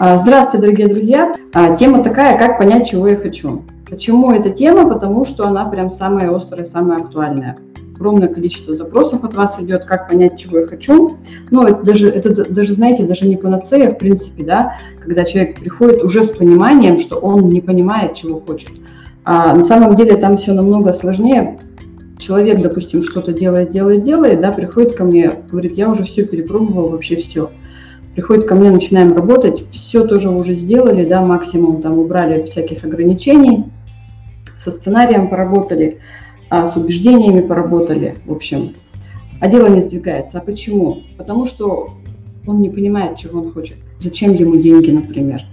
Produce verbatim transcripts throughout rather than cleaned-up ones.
Здравствуйте, дорогие друзья! Тема такая, как понять, чего я хочу. Почему эта тема? Потому что она прям самая острая, самая актуальная. Огромное количество запросов от вас идет, как понять, чего я хочу. Но это даже, это даже, знаете, даже не панацея, в принципе, да, когда человек приходит уже с пониманием, что он не понимает, чего хочет. А на самом деле там все намного сложнее. Человек, допустим, что-то делает, делает, делает, да, приходит ко мне, говорит, я уже все перепробовал, вообще все. Приходит ко мне, начинаем работать, все тоже уже сделали, да, максимум там убрали всяких ограничений, со сценарием поработали, а с убеждениями поработали, в общем. А дело не сдвигается. А почему? Потому что он не понимает, чего он хочет, зачем ему деньги, например.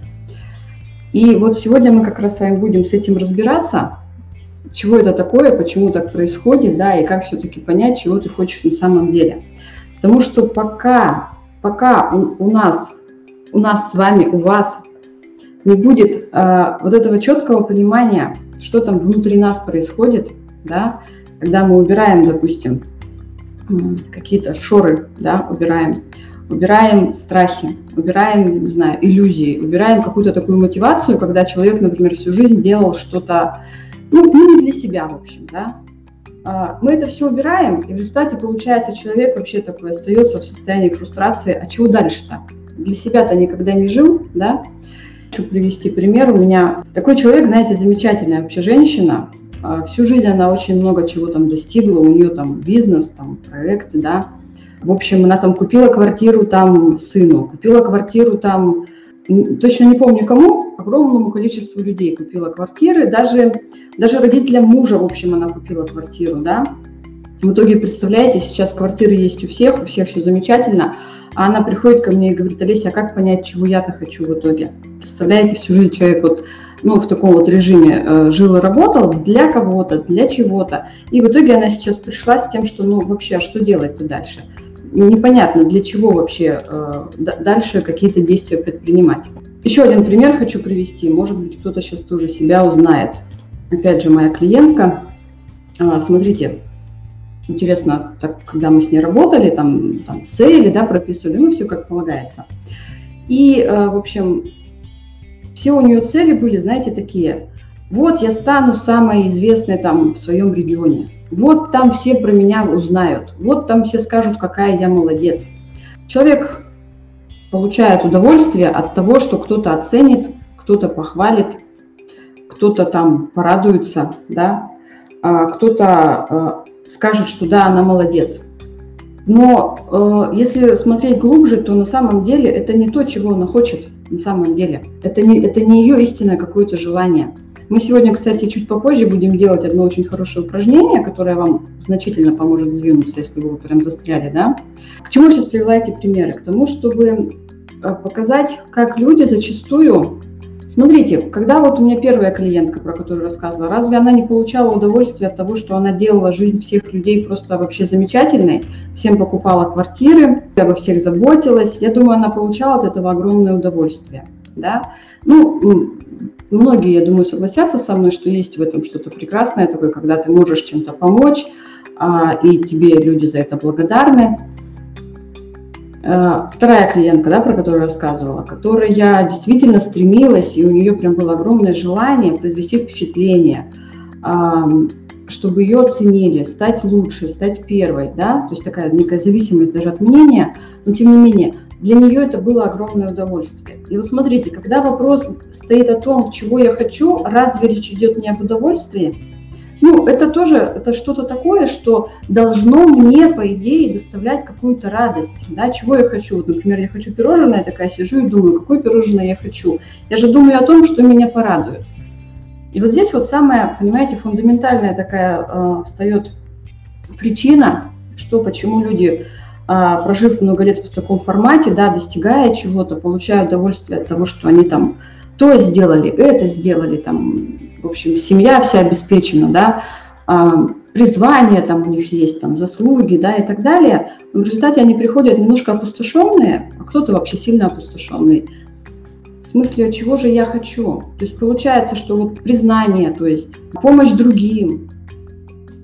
И вот сегодня мы как раз с вами будем с этим разбираться, чего это такое, почему так происходит, да, и как все-таки понять, чего ты хочешь на самом деле. Потому что пока... Пока у, у нас, у нас с вами, у вас не будет э, вот этого четкого понимания, что там внутри нас происходит, да, когда мы убираем, допустим, какие-то шоры, да, убираем, убираем страхи, убираем, не знаю, иллюзии, убираем какую-то такую мотивацию, когда человек, например, всю жизнь делал что-то, ну, не для себя, в общем, да. Мы это все убираем, и в результате, получается, человек вообще такой остается в состоянии фрустрации. А чего дальше-то? Для себя-то никогда не жил, да? Хочу привести пример. У меня такой человек, знаете, замечательная вообще женщина. Всю жизнь она очень много чего там достигла, у нее там бизнес, там проекты, да. В общем, она там купила квартиру там сыну, купила квартиру там, точно не помню кому, огромному количеству людей купила квартиры, даже, даже родителям мужа, в общем, она купила квартиру, да. В итоге, представляете, сейчас квартиры есть у всех, у всех все замечательно, а она приходит ко мне и говорит: Олеся, а как понять, чего я-то хочу в итоге? Представляете, всю жизнь человек вот, ну, в таком вот режиме э, жил и работал для кого-то, для чего-то, и в итоге она сейчас пришла с тем, что, ну, вообще, а что делать-то дальше? Непонятно, для чего вообще э, дальше какие-то действия предпринимать. Еще один пример хочу привести, может быть, кто-то сейчас тоже себя узнает. Опять же, моя клиентка, а, смотрите, интересно, так, когда мы с ней работали, там, там цели, да, прописывали, ну, все как полагается. И, э, в общем, все у нее цели были, знаете, такие: вот я стану самой известной там в своем регионе, вот там все про меня узнают, вот там все скажут, какая я молодец. Человек получает удовольствие от того, что кто-то оценит, кто-то похвалит, кто-то там порадуется, да, кто-то скажет, что да, она молодец. Но если смотреть глубже, то на самом деле это не то, чего она хочет, на самом деле. Это не, это не ее истинное какое-то желание. Мы сегодня, кстати, чуть попозже будем делать одно очень хорошее упражнение, которое вам значительно поможет сдвинуться, если вы прям застряли, да. К чему сейчас привела эти примеры? К тому, чтобы показать, как люди зачастую... Смотрите, когда вот у меня первая клиентка, про которую рассказывала, разве она не получала удовольствие от того, что она делала жизнь всех людей просто вообще замечательной, всем покупала квартиры, обо всех заботилась? Я думаю, она получала от этого огромное удовольствие, да. Ну, многие, я думаю, согласятся со мной, что есть в этом что-то прекрасное такое, когда ты можешь чем-то помочь, и тебе люди за это благодарны. Вторая клиентка, да, про которую я рассказывала, которая действительно стремилась, и у нее прям было огромное желание произвести впечатление, чтобы ее оценили, стать лучше, стать первой, да, то есть такая некая зависимость даже от мнения, но тем не менее для нее это было огромное удовольствие. И вот смотрите, когда вопрос стоит о том, чего я хочу, разве речь идет не об удовольствии? Ну, это тоже, это что-то такое, что должно мне, по идее, доставлять какую-то радость, да, чего я хочу. Вот, например, я хочу пирожное, такая сижу и думаю, какое пирожное я хочу. Я же думаю о том, что меня порадует. И вот здесь вот самая, понимаете, фундаментальная такая э, встает причина, что почему люди, э, прожив много лет в таком формате, да, достигая чего-то, получают удовольствие от того, что они там то сделали, это сделали, там, в общем, семья вся обеспечена, да, а, призвание там у них есть, там, заслуги, да, и так далее. Но в результате они приходят немножко опустошенные, а кто-то вообще сильно опустошенный. В смысле, а чего же я хочу? То есть получается, что вот признание, то есть помощь другим,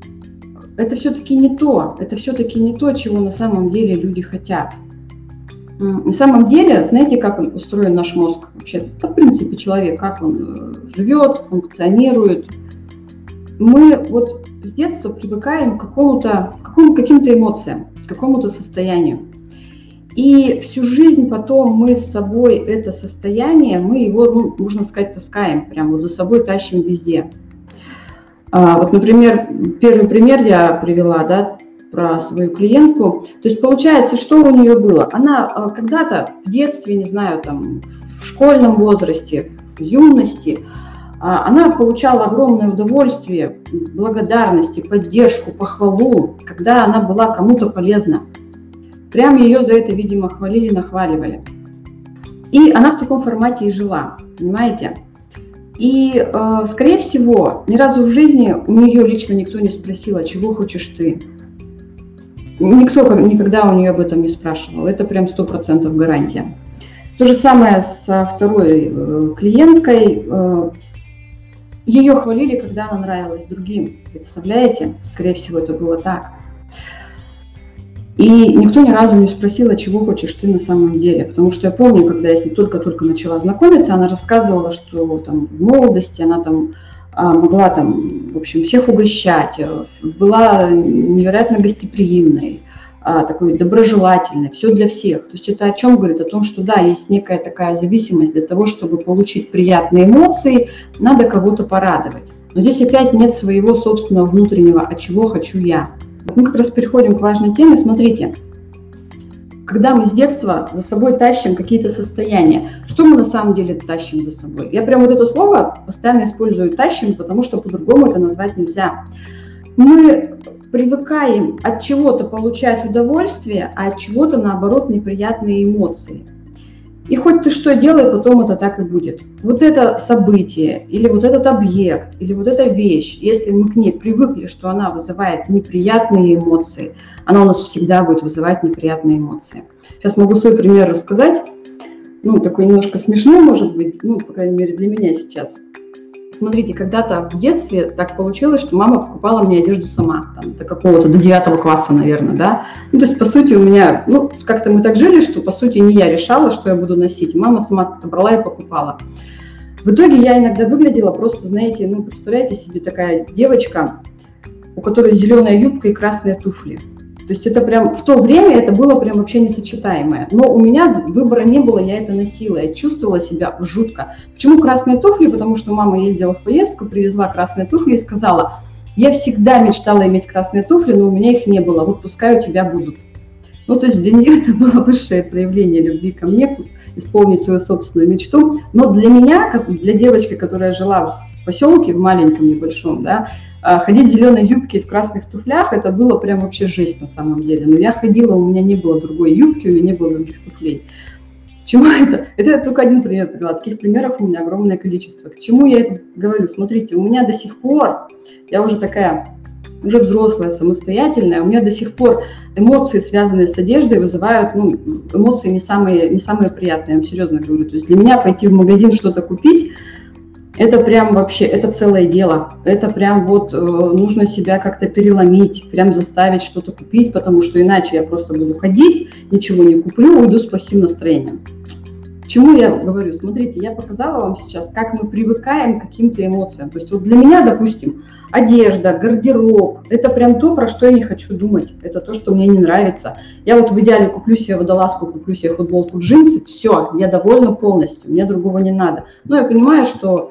это все-таки не то, это все-таки не то, чего на самом деле люди хотят. На самом деле, знаете, как он устроен наш мозг? Вообще, да, в принципе, человек, как он живет, функционирует. Мы вот с детства привыкаем к какому-то, какому, каким-то эмоциям, к какому-то состоянию. И всю жизнь потом мы с собой это состояние, мы его, ну, можно сказать, таскаем, прям вот за собой тащим везде. А, вот, например, первый пример я привела, да, про свою клиентку. То есть получается, что у нее было? Она а, когда-то в детстве, не знаю, там, в школьном возрасте, в юности, а, она получала огромное удовольствие, благодарность, поддержку, похвалу, когда она была кому-то полезна. Прям ее за это, видимо, хвалили, нахваливали. И она в таком формате и жила, понимаете? И, э, скорее всего, ни разу в жизни у нее лично никто не спросил, а чего хочешь ты? Никто никогда у нее об этом не спрашивал. Это прям сто процентов гарантия. То же самое со второй э, клиенткой. Э, ее хвалили, когда она нравилась другим. Представляете? Скорее всего, это было так. И никто ни разу не спросил, а чего хочешь ты на самом деле. Потому что я помню, когда я с ней только-только начала знакомиться, она рассказывала, что там в молодости она там могла там, в общем, всех угощать, была невероятно гостеприимной, такой доброжелательной, все для всех. То есть это о чем говорит? О том, что да, есть некая такая зависимость. Для того, чтобы получить приятные эмоции, надо кого-то порадовать. Но здесь опять нет своего собственного внутреннего «а чего хочу я?». Мы как раз переходим к важной теме. Смотрите, когда мы с детства за собой тащим какие-то состояния, что мы на самом деле тащим за собой? Я прям вот это слово постоянно использую «тащим», потому что по-другому это назвать нельзя. Мы привыкаем от чего-то получать удовольствие, а от чего-то, наоборот, неприятные эмоции. И хоть ты что делай, потом это так и будет. Вот это событие, или вот этот объект, или вот эта вещь, если мы к ней привыкли, что она вызывает неприятные эмоции, она у нас всегда будет вызывать неприятные эмоции. Сейчас могу свой пример рассказать. Ну, такой немножко смешной, может быть, ну, по крайней мере, для меня сейчас. Смотрите, когда-то в детстве так получилось, что мама покупала мне одежду сама, там, до какого-то, до девятого класса, наверное, да. Ну, то есть, по сути, у меня, ну, как-то мы так жили, что, по сути, не я решала, что я буду носить, мама сама брала и покупала. В итоге я иногда выглядела просто, знаете, ну, представляете себе, такая девочка, у которой зеленая юбка и красные туфли. То есть это прям, в то время это было прям вообще несочетаемое. Но у меня выбора не было, я это носила, я чувствовала себя жутко. Почему красные туфли? Потому что мама ездила в поездку, привезла красные туфли и сказала: я всегда мечтала иметь красные туфли, но у меня их не было, вот пускай у тебя будут. Ну, то есть для нее это было высшее проявление любви ко мне, исполнить свою собственную мечту. Но для меня, как для девочки, которая жила в поселке, в маленьком, небольшом, да, ходить в зеленой юбке и в красных туфлях, это было прям вообще жесть на самом деле. Но я ходила, у меня не было другой юбки, у меня не было других туфлей. К чему это? Это только один пример привела. Таких примеров у меня огромное количество. К чему я это говорю? Смотрите, у меня до сих пор, я уже такая, уже взрослая, самостоятельная, у меня до сих пор эмоции, связанные с одеждой, вызывают, ну, эмоции не самые, не самые приятные, я вам серьезно говорю. То есть для меня пойти в магазин что-то купить, это прям вообще, это целое дело. Это прям вот э, нужно себя как-то переломить, прям заставить что-то купить, потому что иначе я просто буду ходить, ничего не куплю, уйду с плохим настроением. К чему я говорю? Смотрите, я показала вам сейчас, как мы привыкаем к каким-то эмоциям. То есть вот для меня, допустим, одежда, гардероб, это прям то, про что я не хочу думать. Это то, что мне не нравится. Я вот в идеале куплю себе водолазку, куплю себе футболку, джинсы, все, я довольна полностью, мне другого не надо. Но я понимаю, что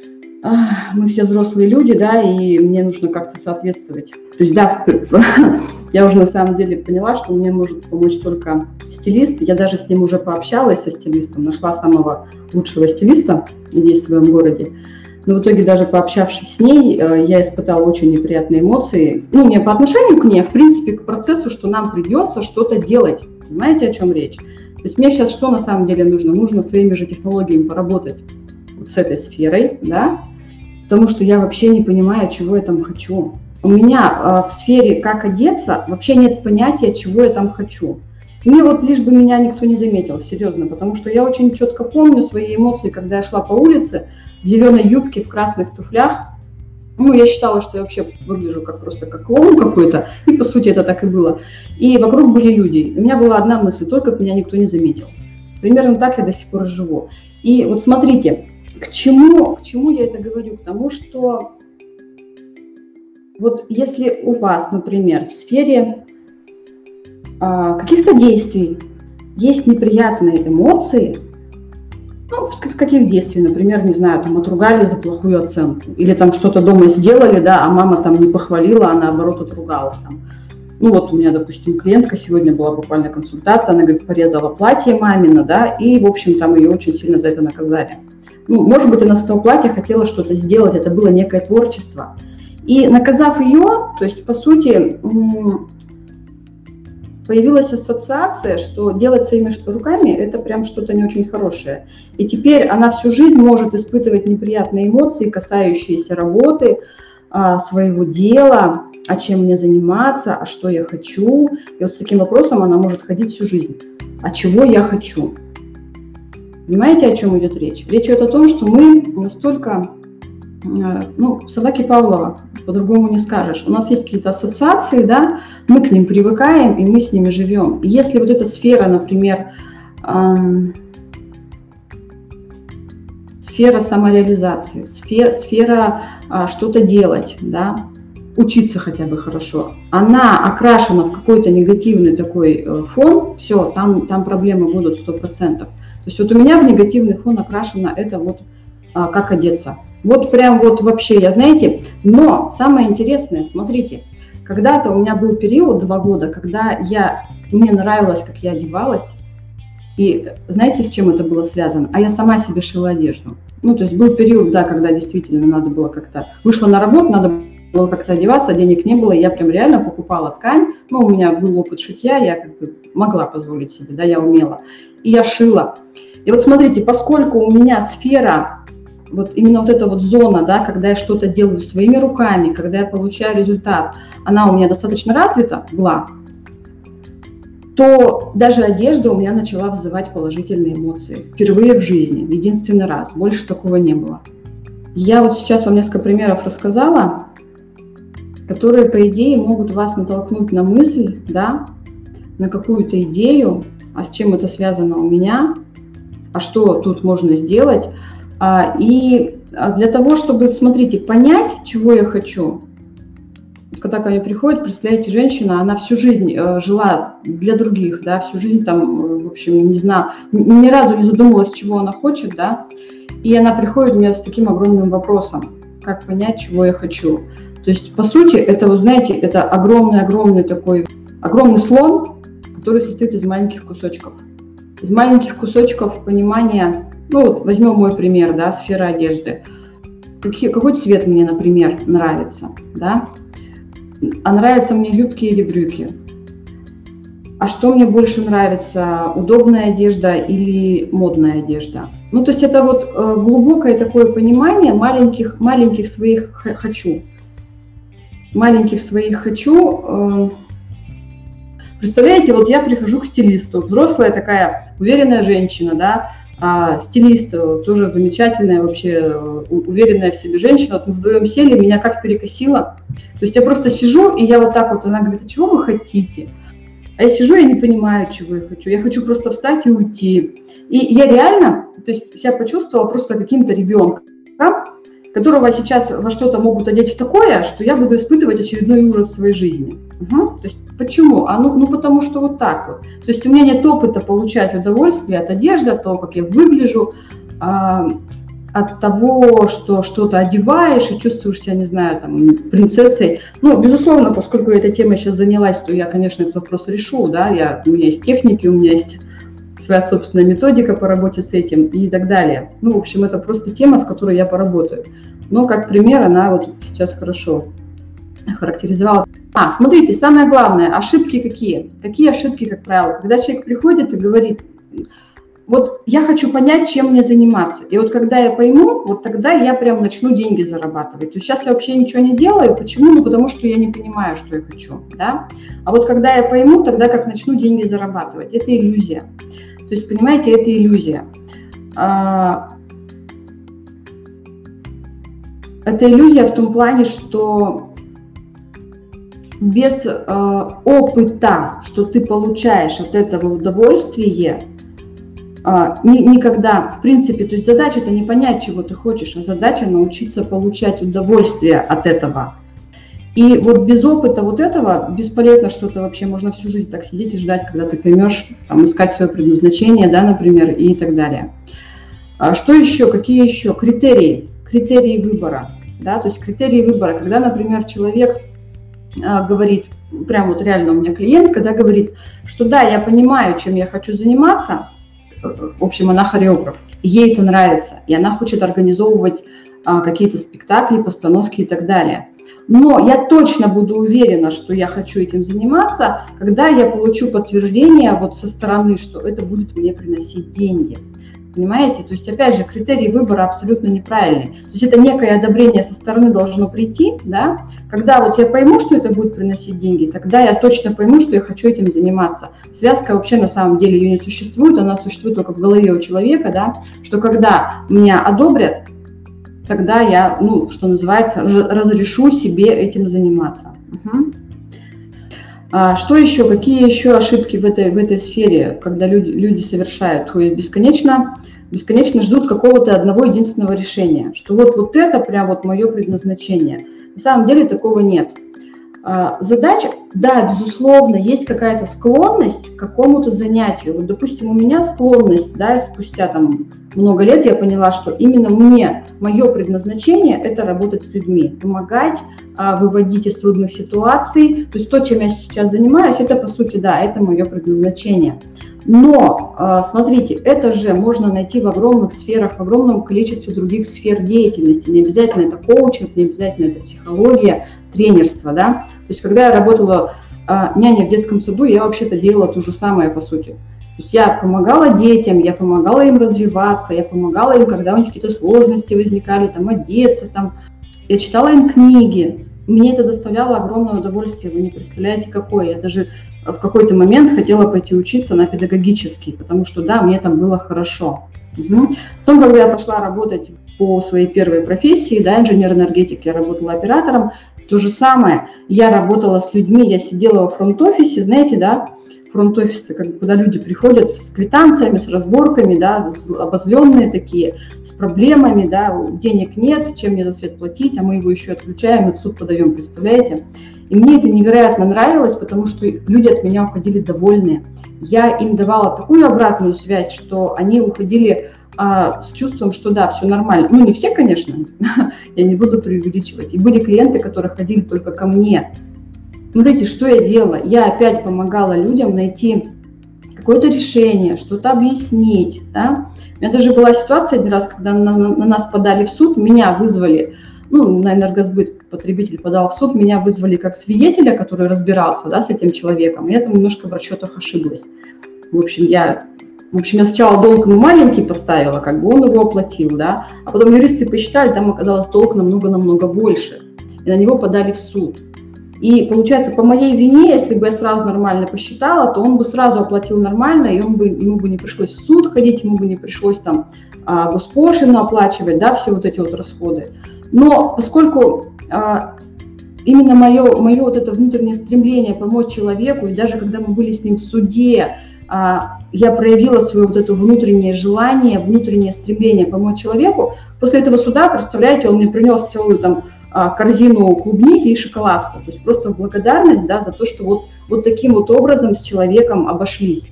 мы все взрослые люди, да, и мне нужно как-то соответствовать. То есть, да, я уже на самом деле поняла, что мне может помочь только стилист. Я даже с ним уже пообщалась, со стилистом, нашла самого лучшего стилиста здесь, в своем городе. Но в итоге, даже пообщавшись с ней, я испытала очень неприятные эмоции. Ну, не по отношению к ней, а в принципе к процессу, что нам придется что-то делать. Понимаете, о чем речь? То есть мне сейчас что на самом деле нужно? Нужно своими же технологиями поработать вот с этой сферой, да, потому что я вообще не понимаю, чего я там хочу. У меня э, в сфере «как одеться» вообще нет понятия, чего я там хочу. Мне вот лишь бы меня никто не заметил, серьезно, потому что я очень четко помню свои эмоции, когда я шла по улице в зеленой юбке, в красных туфлях. Ну, я считала, что я вообще выгляжу как просто как клоун какой-то, и по сути это так и было. И вокруг были люди. И у меня была одна мысль, только бы меня никто не заметил. Примерно так я до сих пор живу. И вот смотрите, к чему, к чему я это говорю? К тому, что вот если у вас, например, в сфере а, каких-то действий есть неприятные эмоции, ну, в каких действий, например, не знаю, там отругали за плохую оценку, или там что-то дома сделали, да, а мама там не похвалила, а наоборот отругала там. Ну вот у меня, допустим, клиентка сегодня была буквально консультация, она говорит, порезала платье мамино, да, и, в общем, там ее очень сильно за это наказали. Ну, может быть, она с этого платья хотела что-то сделать, это было некое творчество. И наказав ее, то есть, по сути, появилась ассоциация, что делать своими руками – это прям что-то не очень хорошее. И теперь она всю жизнь может испытывать неприятные эмоции, касающиеся работы, своего дела, а чем мне заниматься, а что я хочу. И вот с таким вопросом она может ходить всю жизнь. А чего я хочу? Понимаете, о чем идет речь? Речь идет о том, что мы настолько, ну, собаки Павлова, по-другому не скажешь. У нас есть какие-то ассоциации, да, мы к ним привыкаем, и мы с ними живем. И если вот эта сфера, например, эм, сфера самореализации, сфера, сфера а, что-то делать, да, учиться хотя бы хорошо, она окрашена в какой-то негативный такой э, фон, все, там, там проблемы будут сто процентов. То есть вот у меня в негативный фон окрашено это вот а, как одеться. Вот прям вот вообще, я знаете, но самое интересное, смотрите, когда-то у меня был период, два года, когда я, мне нравилось, как я одевалась, и знаете, с чем это было связано? А я сама себе шила одежду. Ну, то есть был период, да, когда действительно надо было как-то, вышла на работу, надо было как-то одеваться, денег не было, и я прям реально покупала ткань. Ну, у меня был опыт шитья, я как бы могла позволить себе, да, я умела. И я шила. И вот смотрите, поскольку у меня сфера, вот именно вот эта вот зона, да, когда я что-то делаю своими руками, когда я получаю результат, она у меня достаточно развита была, то даже одежда у меня начала вызывать положительные эмоции. Впервые в жизни, единственный раз, больше такого не было. Я вот сейчас вам несколько примеров рассказала, которые, по идее, могут вас натолкнуть на мысль, да, на какую-то идею, а с чем это связано у меня, а что тут можно сделать. И для того, чтобы, смотрите, понять, чего я хочу, когда ко мне приходит, представляете, женщина, она всю жизнь жила для других, да, всю жизнь там, в общем, не знаю, ни разу не задумывалась, чего она хочет, да, и она приходит мне с таким огромным вопросом, как понять, чего я хочу. То есть, по сути, это, вот знаете, это огромный-огромный такой, огромный слон, который состоит из маленьких кусочков. Из маленьких кусочков понимания, ну вот возьмем мой пример, да, сфера одежды. Какие, какой цвет мне, например, нравится, да? А нравятся мне юбки или брюки? А что мне больше нравится, удобная одежда или модная одежда? Ну, то есть это вот э, глубокое такое понимание маленьких, маленьких своих хочу. Маленьких своих хочу. Э, представляете, вот я прихожу к стилисту, взрослая такая уверенная женщина, да, а стилист тоже замечательная, вообще уверенная в себе женщина. Вот мы вдвоем сели, меня как перекосило. То есть я просто сижу, и я вот так вот, она говорит, а чего вы хотите? А я сижу, я не понимаю, чего я хочу. Я хочу просто встать и уйти. И я реально, то есть себя почувствовала просто каким-то ребенком, которого сейчас во что-то могут одеть в такое, что я буду испытывать очередной ужас в своей жизни. Угу. То есть почему? А ну, ну потому что вот так вот. То есть у меня нет опыта получать удовольствие от одежды, от того, как я выгляжу, а, от того, что что-то одеваешь и чувствуешь себя, не знаю, там, принцессой. Ну, безусловно, поскольку я этой темой сейчас занялась, то я, конечно, этот вопрос решу, да, я, у меня есть техники, у меня есть своя собственная методика по работе с этим и так далее. Ну, в общем, это просто тема, с которой я поработаю. Но как пример она вот сейчас хорошо характеризовала. А, смотрите, самое главное, ошибки какие? Какие ошибки, как правило? Когда человек приходит и говорит, вот я хочу понять, чем мне заниматься. И вот когда я пойму, вот тогда я прям начну деньги зарабатывать. То есть сейчас я вообще ничего не делаю. Почему? Ну, потому что я не понимаю, что я хочу. Да? А вот когда я пойму, тогда как начну деньги зарабатывать. Это иллюзия. То есть, понимаете, это иллюзия. это иллюзия в том плане, что без э, опыта, что ты получаешь от этого удовольствие, э, ни, никогда, в принципе, то есть задача-то не понять, чего ты хочешь, а задача научиться получать удовольствие от этого. И вот без опыта вот этого бесполезно что-то вообще, можно всю жизнь так сидеть и ждать, когда ты поймешь, там, искать свое предназначение, да, например, и так далее. А что еще, какие еще? Критерии, критерии выбора, да, то есть критерии выбора, когда, например, человек а, говорит, прям вот реально у меня клиент, когда говорит, что да, я понимаю, чем я хочу заниматься, в общем, она хореограф, ей это нравится, и она хочет организовывать а, какие-то спектакли, постановки и так далее. Но я точно буду уверена, что я хочу этим заниматься, когда я получу подтверждение вот со стороны, что это будет мне приносить деньги. Понимаете? То есть, опять же, критерий выбора абсолютно неправильный. То есть это некое одобрение со стороны должно прийти, да? Когда вот я пойму, что это будет приносить деньги, тогда я точно пойму, что я хочу этим заниматься. Связка вообще на самом деле ее не существует, она существует только в голове у человека, да? Что когда меня одобрят, тогда я, ну, что называется, разрешу себе этим заниматься. Угу. А что еще? Какие еще ошибки в этой, в этой сфере, когда люди, люди совершают? То есть бесконечно, бесконечно ждут какого-то одного единственного решения, что вот, вот это прям вот мое предназначение. На самом деле такого нет. Задача, да, безусловно, есть какая-то склонность к какому-то занятию. Вот, допустим, у меня склонность, да, спустя там много лет я поняла, что именно мне, мое предназначение – это работать с людьми, помогать, выводить из трудных ситуаций. То есть то, чем я сейчас занимаюсь, это, по сути, да, это мое предназначение. Но, смотрите, это же можно найти в огромных сферах, в огромном количестве других сфер деятельности. Не обязательно это коучинг, не обязательно это психология, тренерство, да. То есть когда я работала няней в детском саду, я вообще-то делала то же самое, по сути. То есть я помогала детям, я помогала им развиваться, я помогала им, когда у них какие-то сложности возникали, там, одеться, там. Я читала им книги. Мне это доставляло огромное удовольствие, вы не представляете, какое. Я даже в какой-то момент хотела пойти учиться на педагогический, потому что, да, мне там было хорошо. Угу. Потом, когда я пошла работать по своей первой профессии, да, инженер-энергетик, я работала оператором, то же самое. Я работала с людьми, я сидела во фронт-офисе, знаете, да, фронт-офис, когда люди приходят с квитанциями, с разборками, да, обозленные такие, с проблемами, да, денег нет, чем мне за свет платить, а мы его еще отключаем и в суд подаем, представляете? И мне это невероятно нравилось, потому что люди от меня уходили довольные. Я им давала такую обратную связь, что они уходили а, с чувством, что да, все нормально. Ну, не все, конечно, я не буду преувеличивать. И были клиенты, которые ходили только ко мне. Смотрите, что я делала? Я опять помогала людям найти какое-то решение, что-то объяснить. Да? У меня даже была ситуация один раз, когда на, на, на нас подали в суд, меня вызвали, ну, на Энергосбыт потребитель подал в суд, меня вызвали как свидетеля, который разбирался, да, с этим человеком. И я там немножко в расчетах ошиблась. В общем, я, в общем, я сначала долг ему маленький поставила, как бы он его оплатил, да, а потом юристы посчитали, там оказалось долг намного-намного больше. И на него подали в суд. И получается, по моей вине, если бы я сразу нормально посчитала, то он бы сразу оплатил нормально, и он бы, ему бы не пришлось в суд ходить, ему бы не пришлось там а, госпошлину оплачивать, да, все вот эти вот расходы. Но поскольку а, именно мое, мое вот это внутреннее стремление помочь человеку, и даже когда мы были с ним в суде, а, я проявила свое вот это внутреннее желание, внутреннее стремление помочь человеку, после этого суда, представляете, он мне принес целую там корзину клубники и шоколадку, то есть просто благодарность, да, за то, что вот, вот таким вот образом с человеком обошлись.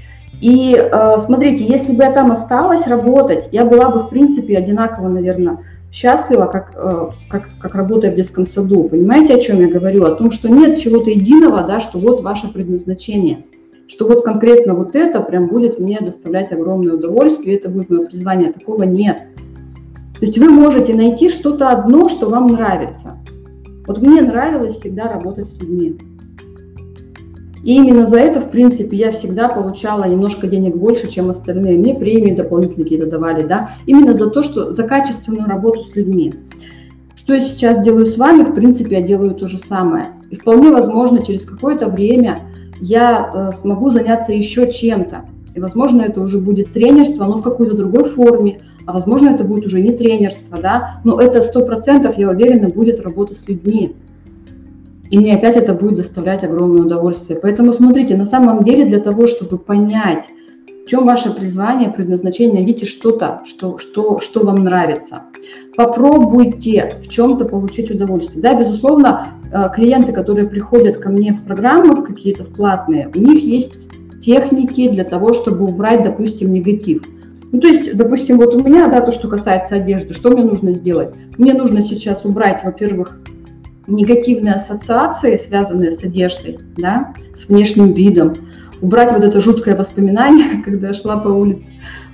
И э, смотрите, если бы я там осталась работать, я была бы в принципе одинаково, наверное, счастлива, как, э, как, как работая в детском саду. Понимаете, о чем я говорю? О том, что нет чего-то единого, да, что вот ваше предназначение, что вот конкретно вот это прям будет мне доставлять огромное удовольствие, это будет мое призвание. Такого нет. То есть вы можете найти что-то одно, что вам нравится. Вот мне нравилось всегда работать с людьми. И именно за это, в принципе, я всегда получала немножко денег больше, чем остальные. Мне премии дополнительные какие-то давали, да. Именно за то, что за качественную работу с людьми. Что я сейчас делаю с вами, в принципе, я делаю то же самое. И вполне возможно, через какое-то время я э, смогу заняться еще чем-то. И, возможно, это уже будет тренерство, но в какой-то другой форме, а, возможно, это будет уже не тренерство, да, но это сто процентов, я уверена, будет работа с людьми. И мне опять это будет доставлять огромное удовольствие. Поэтому смотрите, на самом деле для того, чтобы понять, в чем ваше призвание, предназначение, найдите что-то, что, что, что вам нравится. Попробуйте в чем-то получить удовольствие. Да, безусловно, клиенты, которые приходят ко мне в программы, в какие-то платные, у них есть техники для того, чтобы убрать, допустим, негатив. Ну, то есть, допустим, вот у меня, да, то, что касается одежды, что мне нужно сделать? Мне нужно сейчас убрать, во-первых, негативные ассоциации, связанные с одеждой, да, с внешним видом, убрать вот это жуткое воспоминание, когда я шла по улице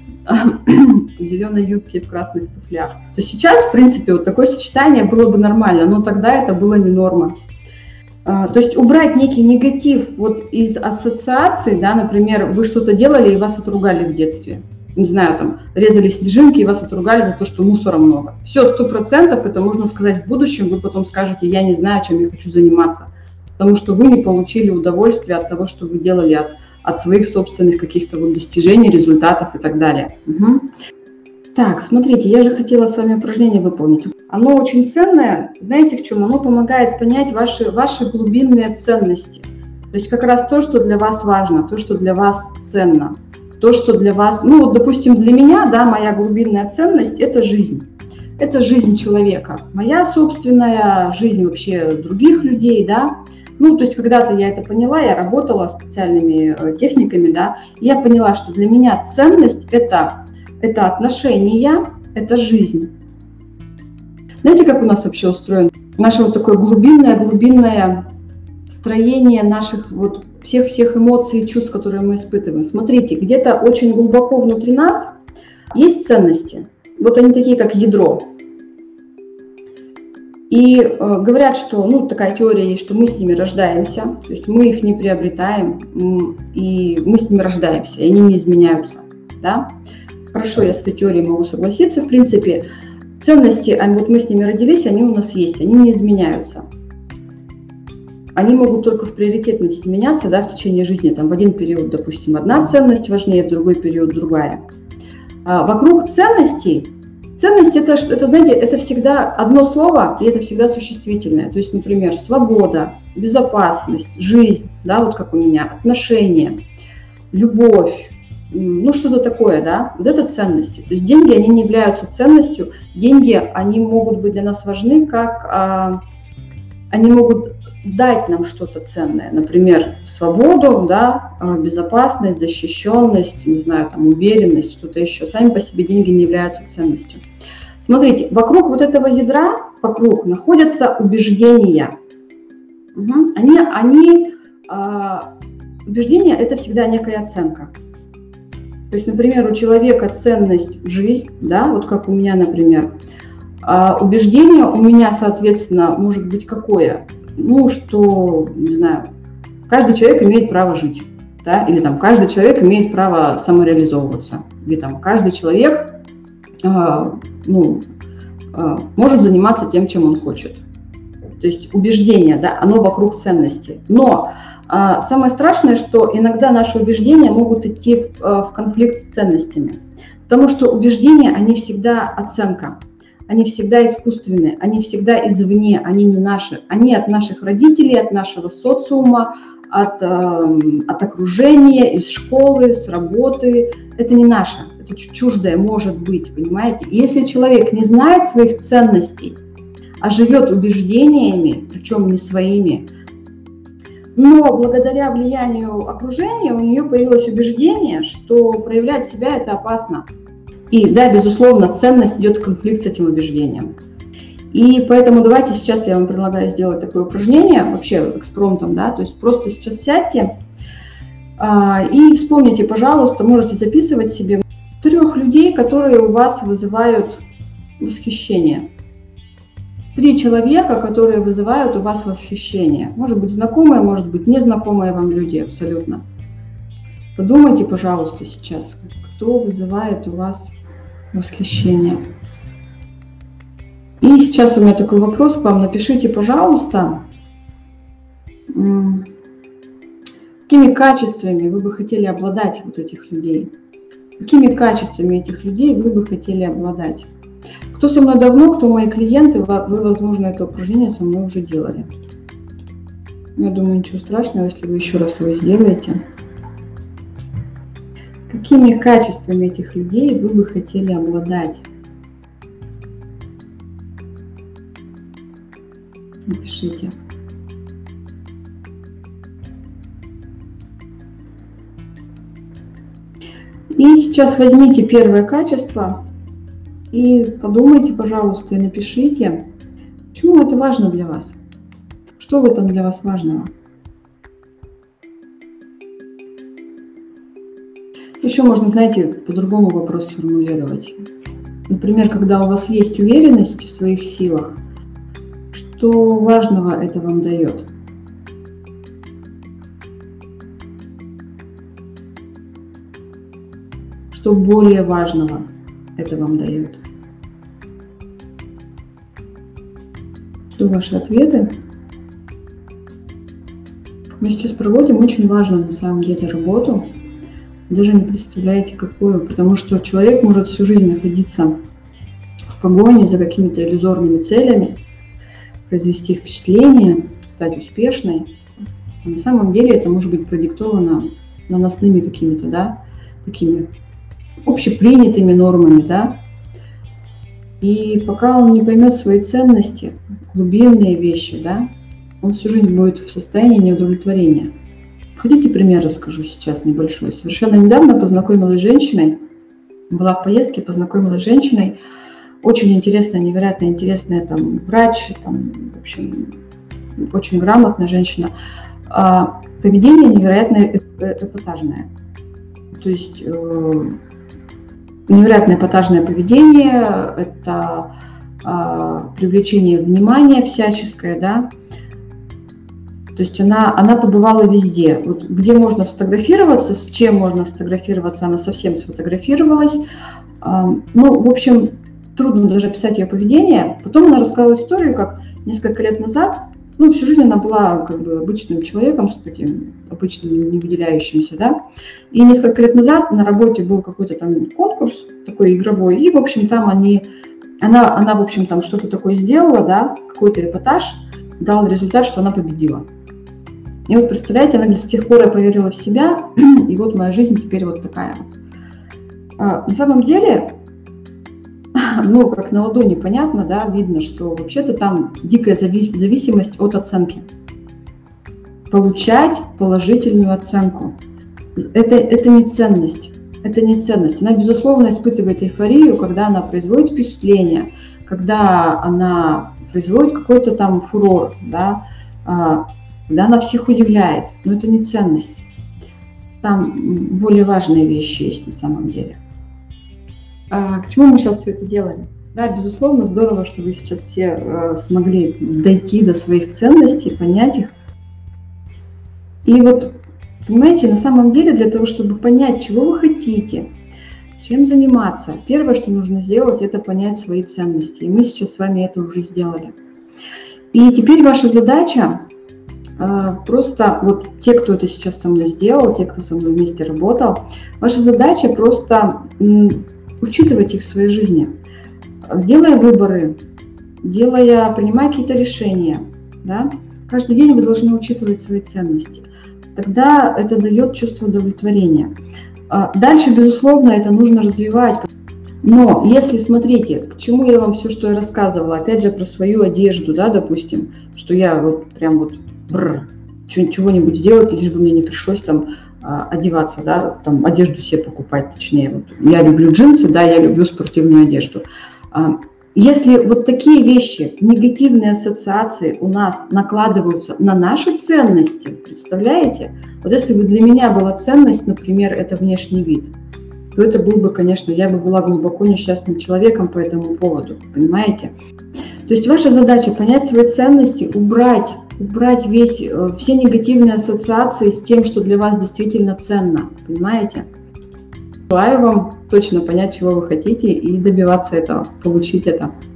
в зеленой юбке и в красных туфлях. То есть сейчас, в принципе, вот такое сочетание было бы нормально, но тогда это было не норма. То есть убрать некий негатив вот из ассоциаций, да, например, вы что-то делали и вас отругали в детстве. Не знаю, там, резали снежинки и вас отругали за то, что мусора много. Все, сто процентов это можно сказать в будущем, вы потом скажете, я не знаю, чем я хочу заниматься. Потому что вы не получили удовольствия от того, что вы делали, от, от своих собственных каких-то вот достижений, результатов и так далее. Угу. Так, смотрите, я же хотела с вами упражнение выполнить. Оно очень ценное, знаете в чем? Оно помогает понять ваши, ваши глубинные ценности. То есть как раз то, что для вас важно, то, что для вас ценно. То, что для вас, ну вот, допустим, для меня, да, моя глубинная ценность – это жизнь. Это жизнь человека. Моя собственная жизнь вообще других людей, да. Ну, то есть когда-то я это поняла, я работала специальными техниками, да, и я поняла, что для меня ценность – это, это отношения, это жизнь. Знаете, как у нас вообще устроено? Наше вот такое глубинное-глубинное строение наших вот всех-всех эмоций и чувств, которые мы испытываем. Смотрите, где-то очень глубоко внутри нас есть ценности. Вот они такие, как ядро. И э, говорят, что, ну, такая теория есть, что мы с ними рождаемся, то есть мы их не приобретаем, и мы с ними рождаемся, и они не изменяются. Да? Хорошо, я с этой теорией могу согласиться, в принципе. Ценности, а вот мы с ними родились, они у нас есть, они не изменяются. Они могут только в приоритетности меняться, да, в течение жизни. Там в один период, допустим, одна ценность важнее, в другой период другая. А вокруг ценностей, ценность это, это, знаете, это всегда одно слово, и это всегда существительное. То есть, например, свобода, безопасность, жизнь, да, вот как у меня, отношения, любовь, ну что-то такое, да, вот это ценности. То есть деньги, они не являются ценностью. Деньги, они могут быть для нас важны, как а, они могут дать нам что-то ценное, например, свободу, да, безопасность, защищенность, не знаю, там, уверенность, что-то еще. Сами по себе деньги не являются ценностью. Смотрите, вокруг вот этого ядра, вокруг находятся убеждения. Угу. Они, они, а, убеждения – это всегда некая оценка. То есть, например, у человека ценность жизнь, да, вот как у меня, например, а убеждение у меня, соответственно, может быть какое? Ну, что, не знаю, каждый человек имеет право жить, да, или там каждый человек имеет право самореализовываться, или там каждый человек, э, ну, э, может заниматься тем, чем он хочет. То есть убеждение, да, оно вокруг ценности. Но э, самое страшное, что иногда наши убеждения могут идти в, э, в конфликт с ценностями, потому что убеждения, они всегда оценка. Они всегда искусственные, они всегда извне, они не наши. Они от наших родителей, от нашего социума, от, э, от окружения, из школы, с работы. Это не наше, это чуждое может быть, понимаете? И если человек не знает своих ценностей, а живет убеждениями, причем не своими, но благодаря влиянию окружения у нее появилось убеждение, что проявлять себя – это опасно. И да, безусловно, ценность идет в конфликт с этим убеждением. И поэтому давайте сейчас я вам предлагаю сделать такое упражнение, вообще экспромтом, да, то есть просто сейчас сядьте а, и вспомните, пожалуйста, можете записывать себе трех людей, которые у вас вызывают восхищение. Три человека, которые вызывают у вас восхищение. Может быть, знакомые, может быть, незнакомые вам люди абсолютно. Подумайте, пожалуйста, сейчас, кто вызывает у вас восхищение. И сейчас у меня такой вопрос к вам. Напишите, пожалуйста, какие Какими качествами вы бы хотели обладать вот этих людей? Какими качествами этих людей вы бы хотели обладать? Кто со мной давно, кто мои клиенты, вы, возможно, это упражнение со мной уже делали. Я думаю, ничего страшного, если вы еще раз его сделаете. Какими качествами этих людей вы бы хотели обладать? Напишите. И сейчас возьмите первое качество и подумайте, пожалуйста, и напишите, почему это важно для вас. Что в этом для вас важного? Еще можно, знаете, по-другому вопрос сформулировать. Например, когда у вас есть уверенность в своих силах, что важного это вам дает? Что более важного это вам дает? Что ваши ответы? Мы сейчас проводим очень важную на самом деле работу. Даже не представляете, какую, потому что человек может всю жизнь находиться в погоне за какими-то иллюзорными целями, произвести впечатление, стать успешной. А на самом деле это может быть продиктовано наносными какими-то, да, такими общепринятыми нормами, да. И пока он не поймет свои ценности, глубинные вещи, да, он всю жизнь будет в состоянии неудовлетворения. Хотите пример расскажу сейчас небольшой? Совершенно недавно познакомилась с женщиной, была в поездке, познакомилась с женщиной, очень интересная, невероятно интересная там врач, там, в общем, очень грамотная женщина. А поведение невероятно эпатажное. То есть э, невероятно эпатажное поведение, это э, привлечение внимания всяческое, да. То есть она, она побывала везде. Вот где можно сфотографироваться, с чем можно сфотографироваться, она совсем сфотографировалась. Ну, в общем, трудно даже описать ее поведение. Потом она рассказала историю, как несколько лет назад, ну, всю жизнь она была как бы обычным человеком, с таким обычным, не выделяющимся, да. И несколько лет назад на работе был какой-то там конкурс такой игровой, и, в общем, там они, она, она в общем, там что-то такое сделала, да, какой-то эпатаж, дал результат, что она победила. И вот представляете, она говорит, с тех пор я поверила в себя, и вот моя жизнь теперь вот такая. А, на самом деле, ну, как на ладони понятно, да, видно, что вообще-то там дикая зависимость от оценки. Получать положительную оценку. Это, это не ценность. Это не ценность. Она, безусловно, испытывает эйфорию, когда она производит впечатление, когда она производит какой-то там фурор, да, когда она всех удивляет, но это не ценность. Там более важные вещи есть на самом деле. А к чему мы сейчас все это делали? Да, безусловно, здорово, что вы сейчас все э, смогли дойти до своих ценностей, понять их. И вот, понимаете, на самом деле для того, чтобы понять, чего вы хотите, чем заниматься, первое, что нужно сделать, это понять свои ценности. И мы сейчас с вами это уже сделали. И теперь ваша задача просто, вот те, кто это сейчас со мной сделал, те, кто со мной вместе работал, ваша задача просто учитывать их в своей жизни, делая выборы, делая, принимая какие-то решения, да? Каждый день вы должны учитывать свои ценности. Тогда это дает чувство удовлетворения. Дальше, безусловно, это нужно развивать. Но если, смотрите, к чему я вам все, что я рассказывала, опять же, про свою одежду, да, допустим, что я вот прям вот бррр, чего-нибудь сделать, лишь бы мне не пришлось там одеваться, да, там одежду себе покупать, точнее. Вот я люблю джинсы, да, я люблю спортивную одежду. Если вот такие вещи, негативные ассоциации у нас накладываются на наши ценности, представляете? Вот если бы для меня была ценность, например, это внешний вид, то это был бы, конечно, я бы была глубоко несчастным человеком по этому поводу, понимаете? То есть ваша задача понять свои ценности, убрать, убрать весь, все негативные ассоциации с тем, что для вас действительно ценно, понимаете? Желаю вам точно понять, чего вы хотите и добиваться этого, получить это.